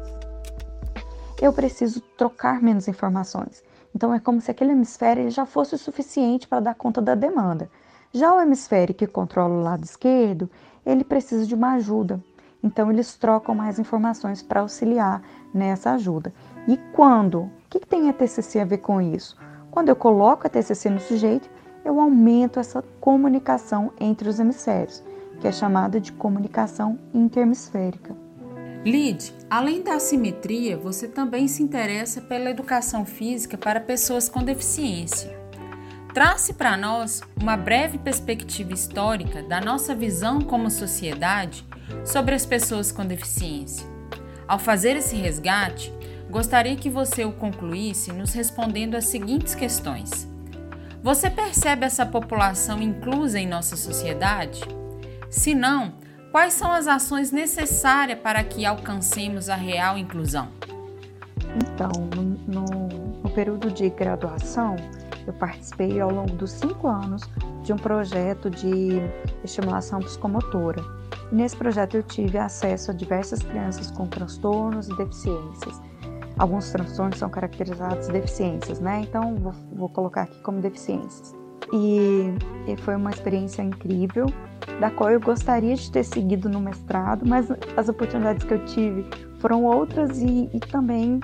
eu preciso trocar menos informações. Então, é como se aquele hemisfério já fosse o suficiente para dar conta da demanda. Já o hemisfério que controla o lado esquerdo, ele precisa de uma ajuda. Então, eles trocam mais informações para auxiliar nessa ajuda. E quando? O que tem a TCC a ver com isso? Quando eu coloco a TCC no sujeito, eu aumento essa comunicação entre os hemisférios, que é chamada de comunicação interhemisférica. Lide, além da assimetria, você também se interessa pela educação física para pessoas com deficiência. Trace para nós uma breve perspectiva histórica da nossa visão como sociedade sobre as pessoas com deficiência. Ao fazer esse resgate, gostaria que você o concluísse nos respondendo as seguintes questões. Você percebe essa população inclusa em nossa sociedade? Se não, quais são as ações necessárias para que alcancemos a real inclusão? Então, no período de graduação, eu participei ao longo dos 5 anos de um projeto de estimulação psicomotora. E nesse projeto eu tive acesso a diversas crianças com transtornos e deficiências. Alguns transtornos são caracterizados deficiências, né? Então vou colocar aqui como deficiências. E foi uma experiência incrível, da qual eu gostaria de ter seguido no mestrado, mas as oportunidades que eu tive foram outras e também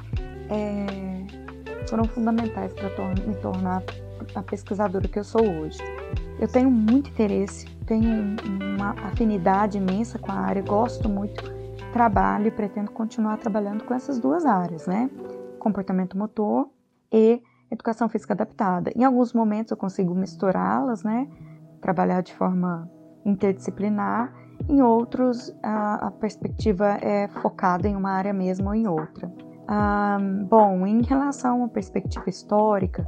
foram fundamentais para me tornar a pesquisadora que eu sou hoje. Eu tenho muito interesse, tenho uma afinidade imensa com a área, gosto muito, trabalho e pretendo continuar trabalhando com essas duas áreas, né? Comportamento motor e educação física adaptada. Em alguns momentos eu consigo misturá-las, né? Trabalhar de forma interdisciplinar. Em outros, a perspectiva é focada em uma área mesmo ou em outra. Bom, em relação à perspectiva histórica,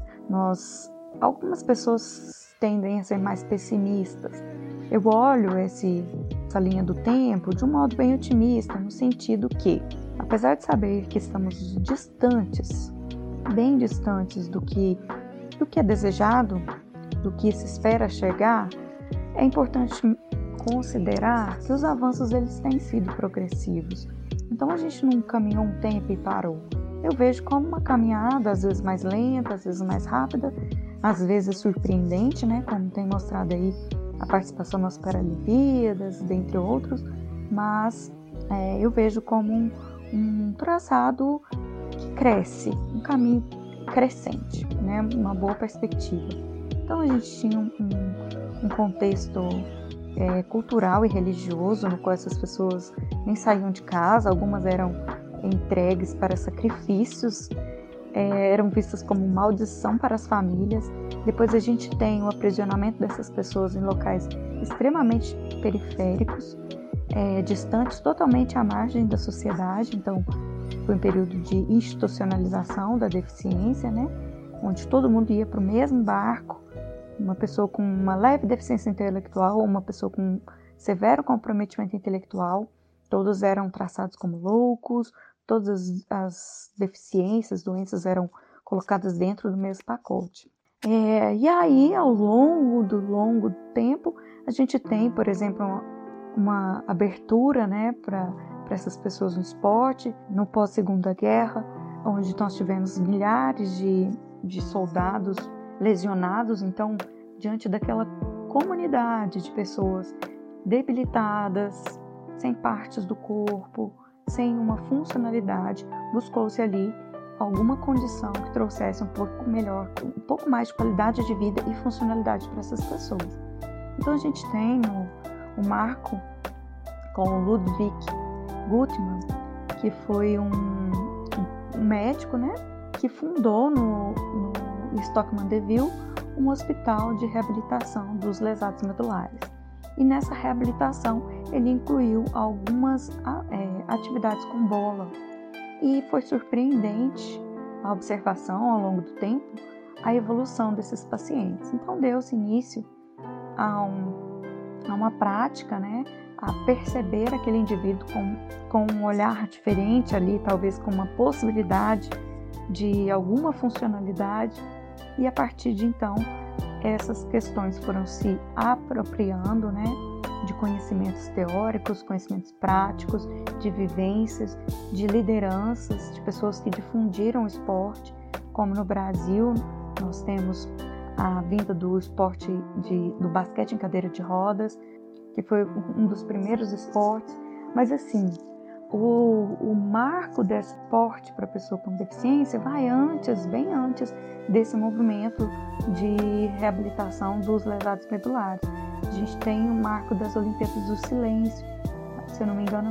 algumas pessoas tendem a ser mais pessimistas. Eu olho essa linha do tempo de um modo bem otimista, no sentido que, apesar de saber que estamos distantes, bem distantes do que é desejado, do que se espera chegar, é importante considerar que os avanços eles têm sido progressivos. Então a gente não caminhou um tempo e parou. Eu vejo como uma caminhada, às vezes mais lenta, às vezes mais rápida, às vezes surpreendente, né? Como tem mostrado aí a participação nas Paralimpíadas, dentre outros, mas eu vejo como um traçado que cresce, um caminho crescente, né? Uma boa perspectiva. Então a gente tinha um contexto cultural e religioso no qual essas pessoas nem saíam de casa, algumas eram entregues para sacrifícios, eram vistas como maldição para as famílias. Depois a gente tem o aprisionamento dessas pessoas em locais extremamente periféricos, distantes totalmente à margem da sociedade. Então foi um período de institucionalização da deficiência, né? Onde todo mundo ia para o mesmo barco. Uma pessoa com uma leve deficiência intelectual ou uma pessoa com severo comprometimento intelectual, todos eram traçados como loucos, todas as deficiências, doenças eram colocadas dentro do mesmo pacote. E aí, ao longo do tempo, a gente tem, por exemplo, uma abertura, né, para essas pessoas no esporte, no pós-Segunda Guerra, onde nós tivemos milhares de soldados lesionados. Então, diante daquela comunidade de pessoas debilitadas, sem partes do corpo, sem uma funcionalidade, buscou-se ali alguma condição que trouxesse um pouco mais de qualidade de vida e funcionalidade para essas pessoas. Então a gente tem o marco com o Ludwig Guttmann, que foi um médico, né, que fundou no Stockmann-Deville um hospital de reabilitação dos lesados medulares. E nessa reabilitação ele incluiu algumas atividades com bola. E foi surpreendente a observação ao longo do tempo, a evolução desses pacientes. Então deu-se início a uma prática, né, a perceber aquele indivíduo com um olhar diferente ali, talvez com uma possibilidade de alguma funcionalidade. E a partir de então, essas questões foram se apropriando, né, de conhecimentos teóricos, conhecimentos práticos, de vivências, de lideranças, de pessoas que difundiram o esporte, como no Brasil nós temos a vinda do esporte do basquete em cadeira de rodas, que foi um dos primeiros esportes, mas assim, o marco desse esporte para a pessoa com deficiência vai antes, bem antes desse movimento de reabilitação dos lesados medulares. A gente tem o marco das Olimpíadas do Silêncio, se eu não me engano,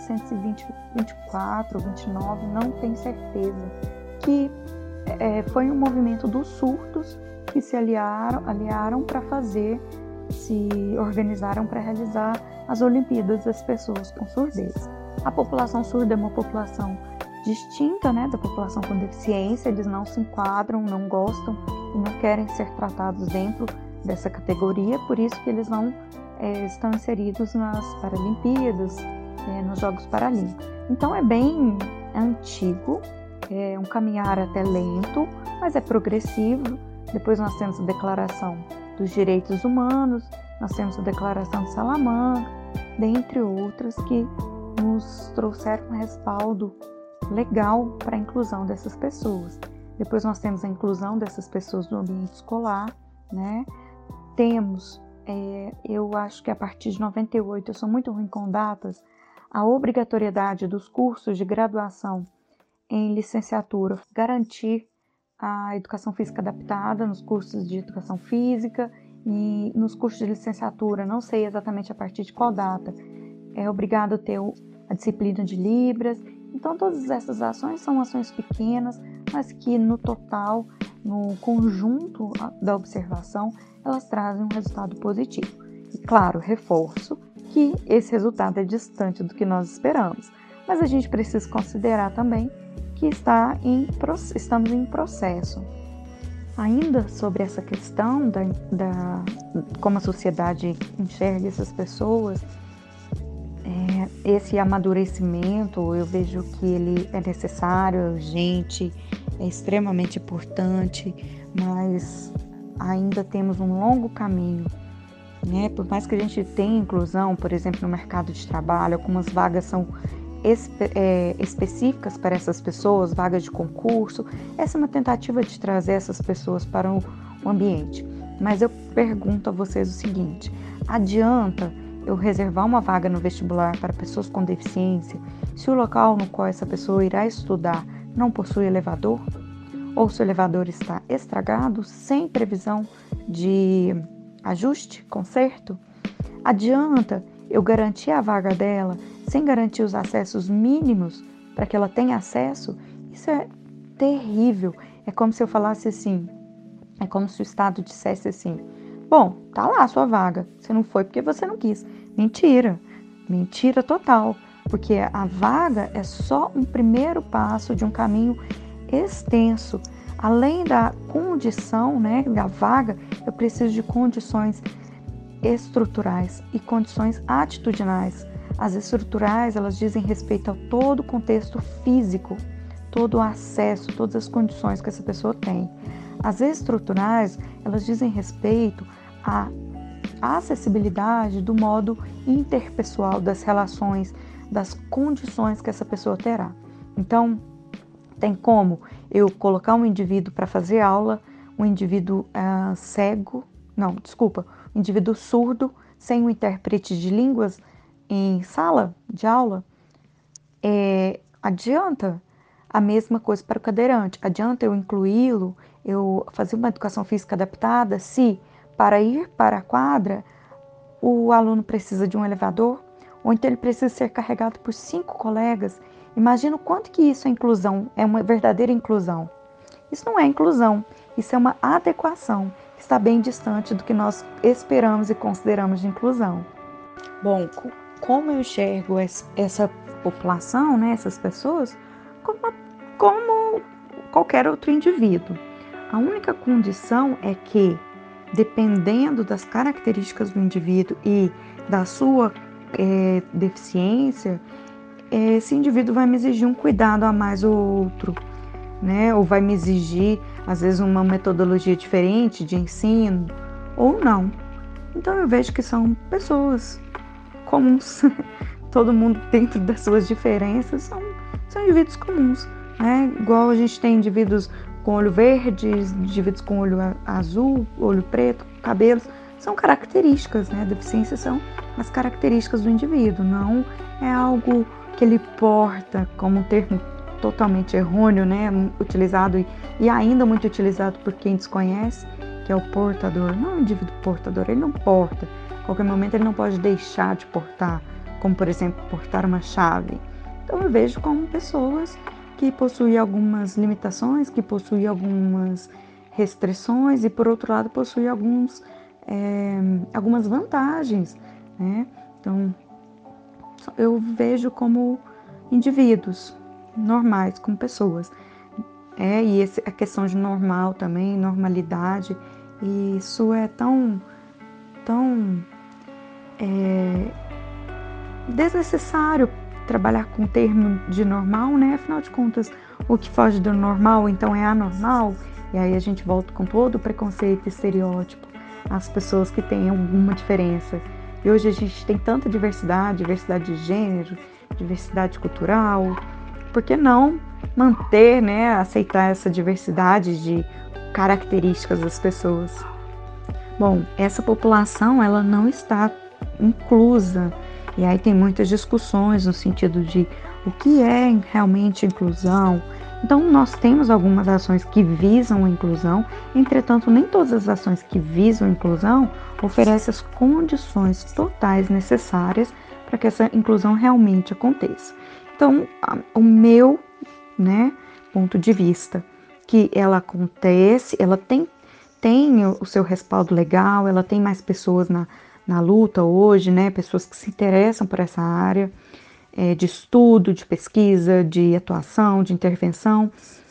1924 ou 29, não tenho certeza, que foi um movimento dos surdos que se aliaram para se organizaram para realizar as Olimpíadas das pessoas com surdez. A população surda é uma população distinta, né, da população com deficiência, eles não se enquadram, não gostam e não querem ser tratados dentro dessa categoria, por isso que eles não estão inseridos nas Paralimpíadas, nos Jogos Paralímpicos. Então é bem antigo, é um caminhar até lento, mas é progressivo. Depois nós temos a Declaração dos Direitos Humanos, nós temos a Declaração de Salamanca, dentre outras, que nos trouxeram um respaldo legal para a inclusão dessas pessoas. Depois nós temos a inclusão dessas pessoas no ambiente escolar, né? Temos, eu acho que a partir de 98, eu sou muito ruim com datas, a obrigatoriedade dos cursos de graduação em licenciatura, garantir a educação física adaptada nos cursos de educação física e nos cursos de licenciatura, não sei exatamente a partir de qual data, é obrigado a ter a disciplina de Libras. Então todas essas ações são ações pequenas, mas que no total, no conjunto da observação, elas trazem um resultado positivo. E claro, reforço que esse resultado é distante do que nós esperamos, mas a gente precisa considerar também que estamos em processo. Ainda sobre essa questão como a sociedade enxerga essas pessoas, esse amadurecimento, eu vejo que ele é necessário, é urgente, é extremamente importante, mas ainda temos um longo caminho, né? Por mais que a gente tenha inclusão, por exemplo, no mercado de trabalho, algumas vagas são específicas para essas pessoas, vagas de concurso. Essa é uma tentativa de trazer essas pessoas para o ambiente. Mas eu pergunto a vocês o seguinte: adianta eu reservar uma vaga no vestibular para pessoas com deficiência se o local no qual essa pessoa irá estudar não possui elevador? Ou se o elevador está estragado, sem previsão de ajuste, conserto? Adianta eu garantir a vaga dela sem garantir os acessos mínimos para que ela tenha acesso? Isso é terrível. É como se eu falasse assim, é como se o Estado dissesse assim: bom, tá lá a sua vaga, você não foi porque você não quis. Mentira, mentira total, porque a vaga é só um primeiro passo de um caminho extenso. Além da condição, né, da vaga, eu preciso de condições estruturais e condições atitudinais. As estruturais, elas dizem respeito a todo o contexto físico, todo o acesso, todas as condições que essa pessoa tem. As estruturais, elas dizem respeito à acessibilidade do modo interpessoal das relações, das condições que essa pessoa terá. Então, tem como eu colocar um indivíduo para fazer aula, um indivíduo um indivíduo surdo, sem um intérprete de línguas em sala de aula? Adianta a mesma coisa para o cadeirante? Adianta eu incluí-lo, eu fazer uma educação física adaptada, se para ir para a quadra o aluno precisa de um elevador, ou então ele precisa ser carregado por 5 colegas? Imagina o quanto que isso é inclusão, é uma verdadeira inclusão. Isso não é inclusão, isso é uma adequação, que está bem distante do que nós esperamos e consideramos de inclusão. Bom, como eu enxergo essa população, né, essas pessoas, como qualquer outro indivíduo. A única condição é que, dependendo das características do indivíduo e da sua deficiência, esse indivíduo vai me exigir um cuidado a mais ou outro, né? Ou vai me exigir, às vezes, uma metodologia diferente de ensino, ou não. Então eu vejo que são pessoas comuns, todo mundo dentro das suas diferenças são indivíduos comuns, né? Igual a gente tem indivíduos com olho verde, indivíduos com olho azul, olho preto, cabelos, são características, né? Deficiências são as características do indivíduo, não é algo que ele porta, como um termo totalmente errôneo, né? Utilizado e ainda muito utilizado por quem desconhece, que é o portador. Não é o indivíduo portador, ele não porta. A qualquer momento ele não pode deixar de portar, como por exemplo, portar uma chave. Então eu vejo como pessoas que possuem algumas limitações, que possuem algumas restrições e por outro lado possuem algumas vantagens, né? Então eu vejo como indivíduos normais, como pessoas. E a questão de normal também, normalidade, e isso é tão desnecessário trabalhar com o termo de normal, né? Afinal de contas, o que foge do normal, então é anormal, e aí a gente volta com todo o preconceito e estereótipo às pessoas que têm alguma diferença. E hoje a gente tem tanta diversidade de gênero, diversidade cultural, por que não manter, né, aceitar essa diversidade de características das pessoas? Bom, essa população, ela não está inclusa, e aí tem muitas discussões no sentido de o que é realmente inclusão. Então, nós temos algumas ações que visam a inclusão, entretanto, nem todas as ações que visam a inclusão oferecem as condições totais necessárias para que essa inclusão realmente aconteça. Então, o meu, né, ponto de vista, que ela acontece, ela tem o seu respaldo legal, ela tem mais pessoas na luta hoje, né, pessoas que se interessam por essa área de estudo, de pesquisa, de atuação, de intervenção.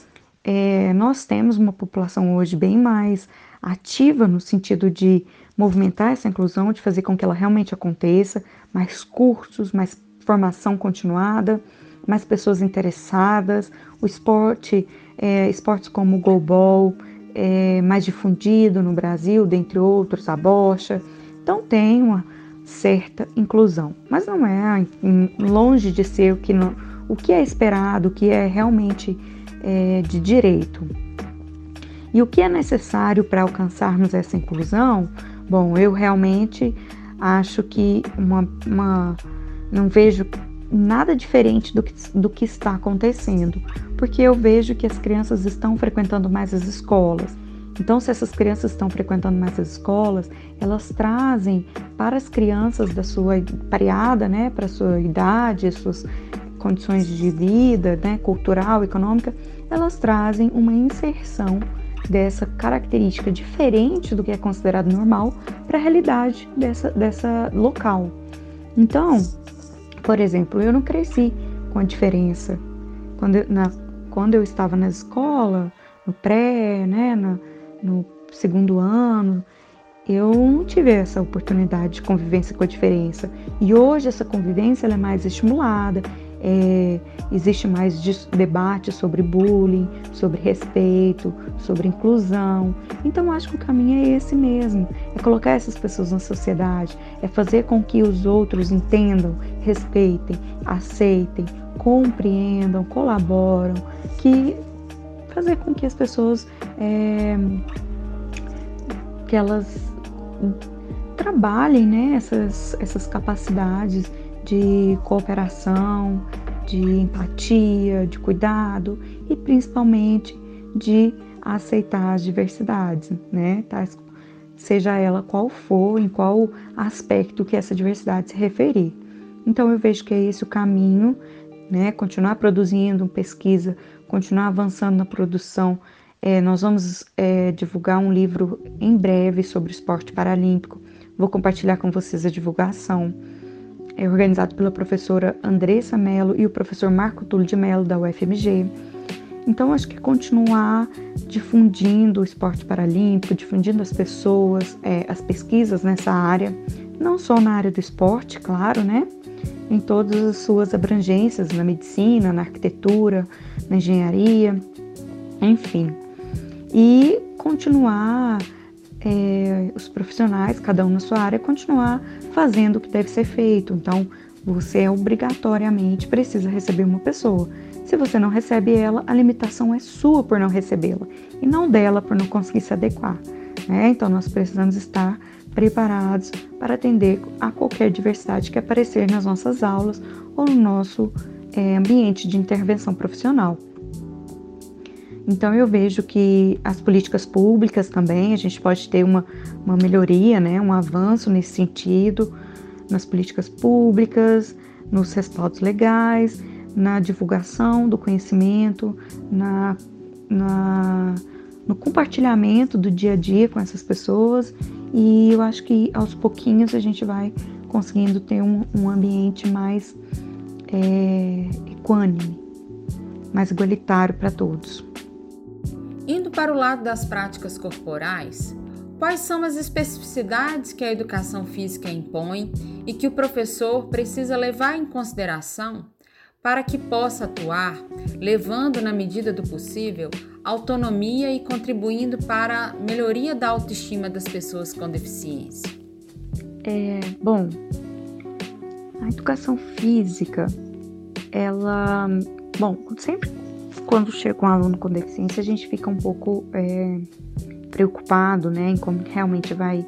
Nós temos uma população hoje bem mais ativa no sentido de movimentar essa inclusão, de fazer com que ela realmente aconteça, mais cursos, mais formação continuada, mais pessoas interessadas, o esporte, esportes como o goalball, mais difundido no Brasil, dentre outros, a bocha. Então tem uma certa inclusão, mas não é longe de ser o que é esperado, o que é realmente de direito. E o que é necessário para alcançarmos essa inclusão? Bom, eu realmente acho que não vejo nada diferente do que está acontecendo, porque eu vejo que as crianças estão frequentando mais as escolas. Então, se essas crianças estão frequentando mais as escolas, elas trazem para as crianças da sua pareada, né, para a sua idade, suas condições de vida, né, cultural, econômica, elas trazem uma inserção dessa característica diferente do que é considerado normal para a realidade dessa local. Então, por exemplo, eu não cresci com a diferença. Quando eu estava na escola, no pré, né, no segundo ano, eu não tive essa oportunidade de convivência com a diferença. E hoje essa convivência ela é mais estimulada, existe mais debate sobre bullying, sobre respeito, sobre inclusão. Então, acho que o caminho é esse mesmo, é colocar essas pessoas na sociedade, é fazer com que os outros entendam, respeitem, aceitem, compreendam, colaboram, fazer com que as pessoas que elas trabalhem, né, essas capacidades de cooperação, de empatia, de cuidado e principalmente de aceitar as diversidades, né? Seja ela qual for, em qual aspecto que essa diversidade se referir. Então eu vejo que é esse o caminho, né? Continuar produzindo pesquisa, continuar avançando na produção. Nós vamos divulgar um livro em breve sobre o esporte paralímpico. Vou compartilhar com vocês a divulgação. É organizado pela professora Andressa Mello e o professor Marco Túlio de Mello, da UFMG. Então, acho que continuar difundindo o esporte paralímpico, difundindo as pessoas, as pesquisas nessa área, não só na área do esporte, claro, né? Em todas as suas abrangências, na medicina, na arquitetura, na engenharia, enfim. E continuar, os profissionais, cada um na sua área, continuar fazendo o que deve ser feito. Então, você obrigatoriamente precisa receber uma pessoa. Se você não recebe ela, a limitação é sua por não recebê-la e não dela por não conseguir se adequar, né? Então nós precisamos estar preparados para atender a qualquer diversidade que aparecer nas nossas aulas ou no nosso ambiente de intervenção profissional. Então eu vejo que as políticas públicas também, a gente pode ter uma melhoria, né, um avanço nesse sentido, nas políticas públicas, nos respaldos legais, na divulgação do conhecimento, no compartilhamento do dia a dia com essas pessoas, e eu acho que aos pouquinhos a gente vai conseguindo ter um ambiente mais equânime, mais igualitário para todos. Indo para o lado das práticas corporais, quais são as especificidades que a educação física impõe e que o professor precisa levar em consideração para que possa atuar, levando, na medida do possível, autonomia e contribuindo para a melhoria da autoestima das pessoas com deficiência? Bom, a educação física, sempre quando chega um aluno com deficiência, a gente fica um pouco preocupado, né, em como realmente vai,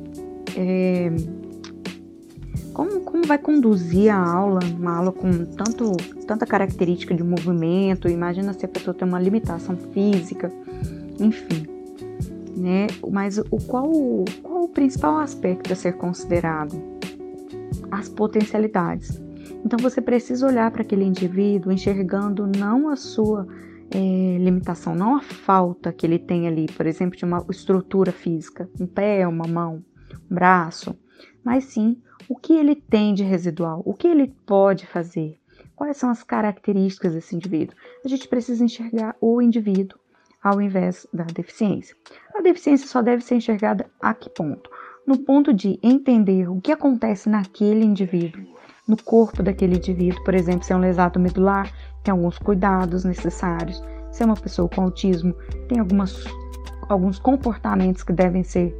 como vai conduzir a aula, uma aula com tanta característica de movimento. Imagina se a pessoa tem uma limitação física, enfim, né? Mas qual o principal aspecto a ser considerado? As potencialidades. Então você precisa olhar para aquele indivíduo enxergando não a sua limitação, não a falta que ele tem ali, por exemplo, de uma estrutura física, um pé, uma mão, um braço, mas sim o que ele tem de residual, o que ele pode fazer, quais são as características desse indivíduo. A gente precisa enxergar o indivíduo ao invés da deficiência. A deficiência só deve ser enxergada a que ponto? No ponto de entender o que acontece naquele indivíduo, no corpo daquele indivíduo. Por exemplo, se é um lesado medular, tem alguns cuidados necessários. Se é uma pessoa com autismo, tem alguns comportamentos que devem ser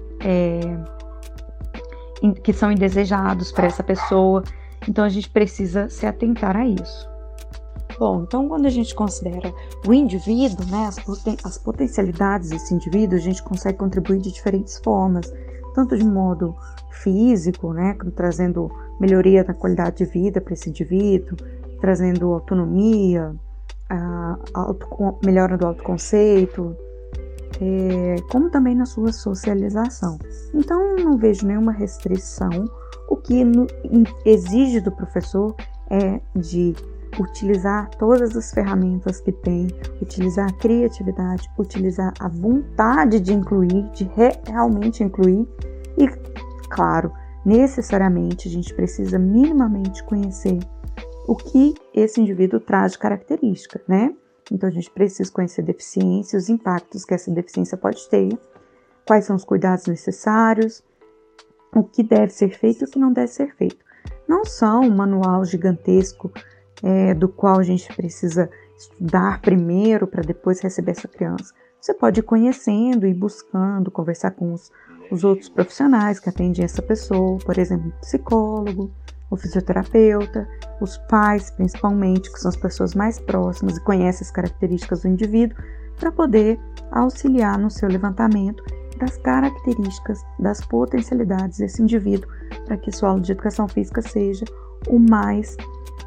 que são indesejados para essa pessoa. Então a gente precisa se atentar a isso. Bom, então quando a gente considera o indivíduo, né, as potencialidades desse indivíduo, a gente consegue contribuir de diferentes formas, tanto de modo físico, né, trazendo melhoria na qualidade de vida para esse indivíduo, trazendo autonomia, melhora do autoconceito, como também na sua socialização. Então, não vejo nenhuma restrição. O que exige do professor é de utilizar todas as ferramentas que tem, utilizar a criatividade, utilizar a vontade de incluir, de realmente incluir e, claro, necessariamente a gente precisa minimamente conhecer o que esse indivíduo traz de característica, né? Então a gente precisa conhecer a deficiência, os impactos que essa deficiência pode ter, quais são os cuidados necessários, o que deve ser feito e o que não deve ser feito. Não são um manual gigantesco do qual a gente precisa estudar primeiro para depois receber essa criança. Você pode ir conhecendo e buscando, conversar com os outros profissionais que atendem essa pessoa, por exemplo, o psicólogo, o fisioterapeuta, os pais principalmente, que são as pessoas mais próximas e conhecem as características do indivíduo, para poder auxiliar no seu levantamento das características, das potencialidades desse indivíduo, para que sua aula de educação física seja o mais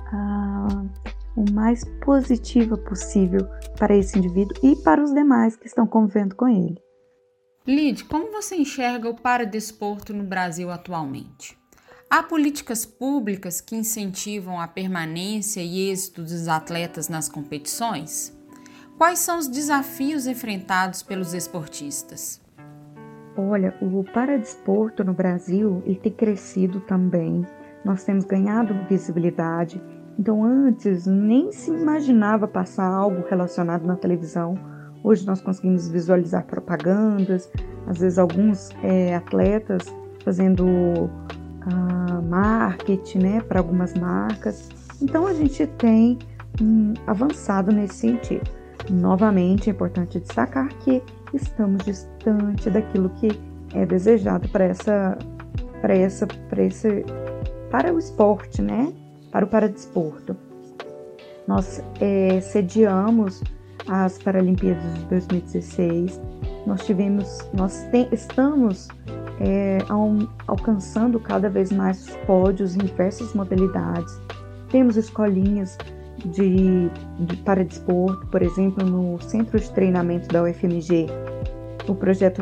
positiva possível para esse indivíduo e para os demais que estão convivendo com ele. Lid, como você enxerga o paradesporto no Brasil atualmente? Há políticas públicas que incentivam a permanência e êxito dos atletas nas competições? Quais são os desafios enfrentados pelos esportistas? Olha, o paradesporto no Brasil ele tem crescido também. Nós temos ganhado visibilidade. Então, antes nem se imaginava passar algo relacionado na televisão. Hoje nós conseguimos visualizar propagandas, às vezes alguns atletas fazendo marketing, né, para algumas marcas. Então a gente tem avançado nesse sentido. Novamente é importante destacar que estamos distante daquilo que é desejado para o esporte, né, para o paradesporto. Nós sediamos as Paralimpíadas de 2016. Estamos alcançando cada vez mais pódios em diversas modalidades. Temos escolinhas para desporto, por exemplo, no Centro de Treinamento da UFMG. O projeto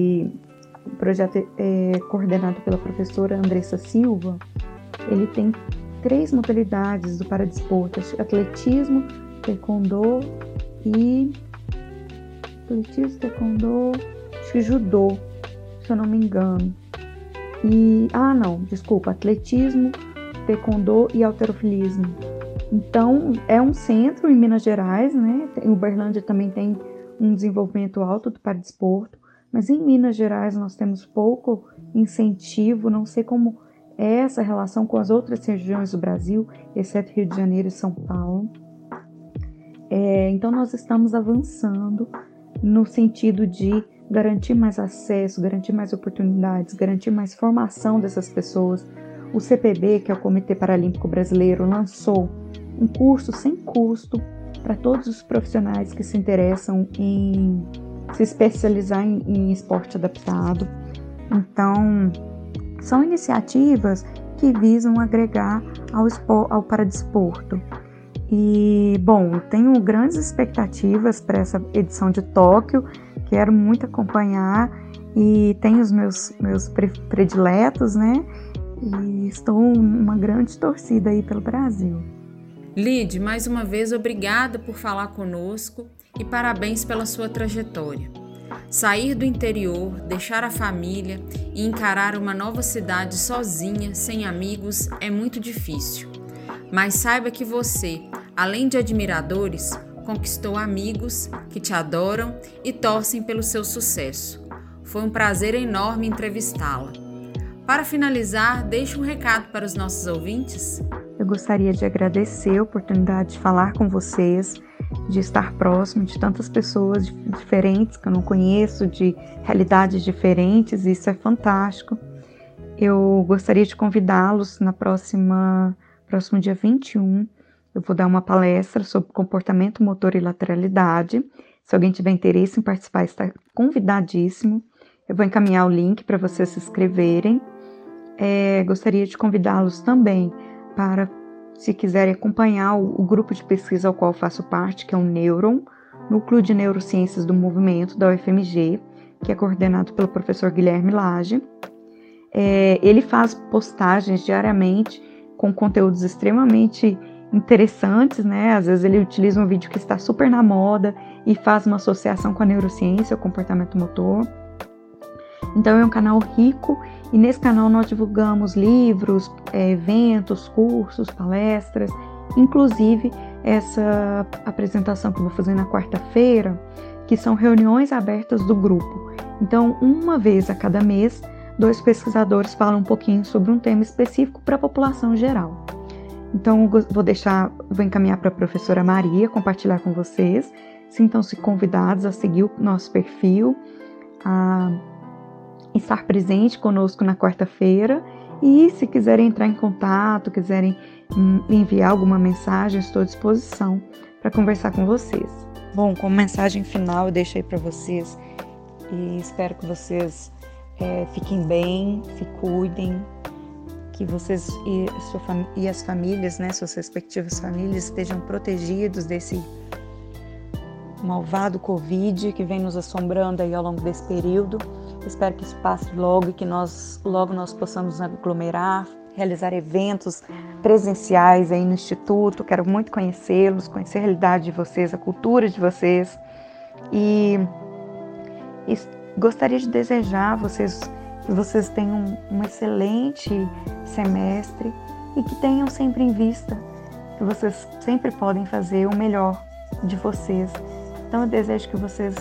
é coordenado pela professora Andressa Silva. Ele tem 3 modalidades do paradesporto: atletismo, taekwondo e acho que judô, se eu não me engano. Atletismo, taekwondo e halterofilismo. Então, é um centro em Minas Gerais, né? Em Uberlândia também tem um desenvolvimento alto do paradesporto, mas em Minas Gerais nós temos pouco incentivo, não sei como é essa relação com as outras regiões do Brasil, exceto Rio de Janeiro e São Paulo. Então, nós estamos avançando no sentido de garantir mais acesso, garantir mais oportunidades, garantir mais formação dessas pessoas. O CPB, que é o Comitê Paralímpico Brasileiro, lançou um curso sem custo para todos os profissionais que se interessam em se especializar em esporte adaptado. Então, são iniciativas que visam agregar ao paradesporto. E, bom, eu tenho grandes expectativas para essa edição de Tóquio, quero muito acompanhar e tenho os meus prediletos, né? E estou numa grande torcida aí pelo Brasil. Lide, mais uma vez, obrigada por falar conosco e parabéns pela sua trajetória. Sair do interior, deixar a família e encarar uma nova cidade sozinha, sem amigos, é muito difícil. Mas saiba que você, além de admiradores, conquistou amigos que te adoram e torcem pelo seu sucesso. Foi um prazer enorme entrevistá-la. Para finalizar, deixe um recado para os nossos ouvintes. Eu gostaria de agradecer a oportunidade de falar com vocês, de estar próximo de tantas pessoas diferentes que eu não conheço, de realidades diferentes, isso é fantástico. Eu gostaria de convidá-los na próximo dia 21, eu vou dar uma palestra sobre comportamento motor e lateralidade. Se alguém tiver interesse em participar, está convidadíssimo. Eu vou encaminhar o link para vocês se inscreverem. Gostaria de convidá-los também para, se quiserem acompanhar o grupo de pesquisa ao qual eu faço parte, que é o Neuron, Núcleo de Neurociências do Movimento da UFMG, que é coordenado pelo professor Guilherme Lage. Ele faz postagens diariamente com conteúdos extremamente interessantes, né? Às vezes ele utiliza um vídeo que está super na moda e faz uma associação com a neurociência, o comportamento motor. Então é um canal rico e nesse canal nós divulgamos livros, eventos, cursos, palestras, inclusive essa apresentação que eu vou fazer na quarta-feira, que são reuniões abertas do grupo. Então, uma vez a cada mês, 2 pesquisadores falam um pouquinho sobre um tema específico para a população geral. Então, vou encaminhar para a professora Maria, compartilhar com vocês. Sintam-se convidados a seguir o nosso perfil, a estar presente conosco na quarta-feira. E se quiserem entrar em contato, quiserem enviar alguma mensagem, estou à disposição para conversar com vocês. Bom, como mensagem final, eu deixei para vocês e espero que vocês fiquem bem, se cuidem, que vocês e as famílias, né, suas respectivas famílias, estejam protegidos desse malvado Covid que vem nos assombrando aí ao longo desse período. Espero que isso passe logo e que logo nós possamos aglomerar, realizar eventos presenciais aí no Instituto. Quero muito conhecê-los, conhecer a realidade de vocês, a cultura de vocês. E gostaria de desejar que vocês tenham um excelente semestre e que tenham sempre em vista que vocês sempre podem fazer o melhor de vocês. Então eu desejo que vocês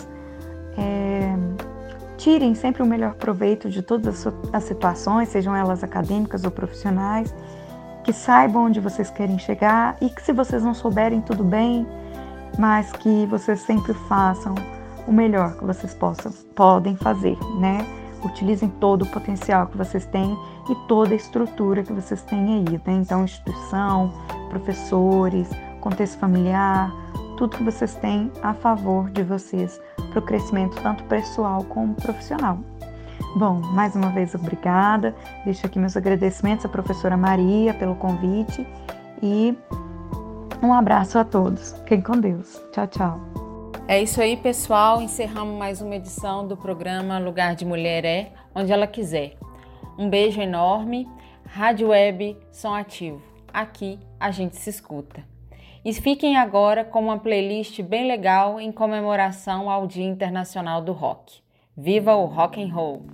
tirem sempre o melhor proveito de todas as situações, sejam elas acadêmicas ou profissionais, que saibam onde vocês querem chegar e que, se vocês não souberem, tudo bem, mas que vocês sempre façam o melhor que vocês podem fazer, né? Utilizem todo o potencial que vocês têm e toda a estrutura que vocês têm aí, né? Então, instituição, professores, contexto familiar, tudo que vocês têm a favor de vocês para o crescimento tanto pessoal como profissional. Bom, mais uma vez obrigada, deixo aqui meus agradecimentos à professora Maria pelo convite e um abraço a todos. Fiquem com Deus. Tchau, tchau. É isso aí, pessoal. Encerramos mais uma edição do programa Lugar de Mulher é Onde Ela Quiser. Um beijo enorme. Rádio Web Som Ativo. Aqui a gente se escuta. E fiquem agora com uma playlist bem legal em comemoração ao Dia Internacional do Rock. Viva o Rock and Roll!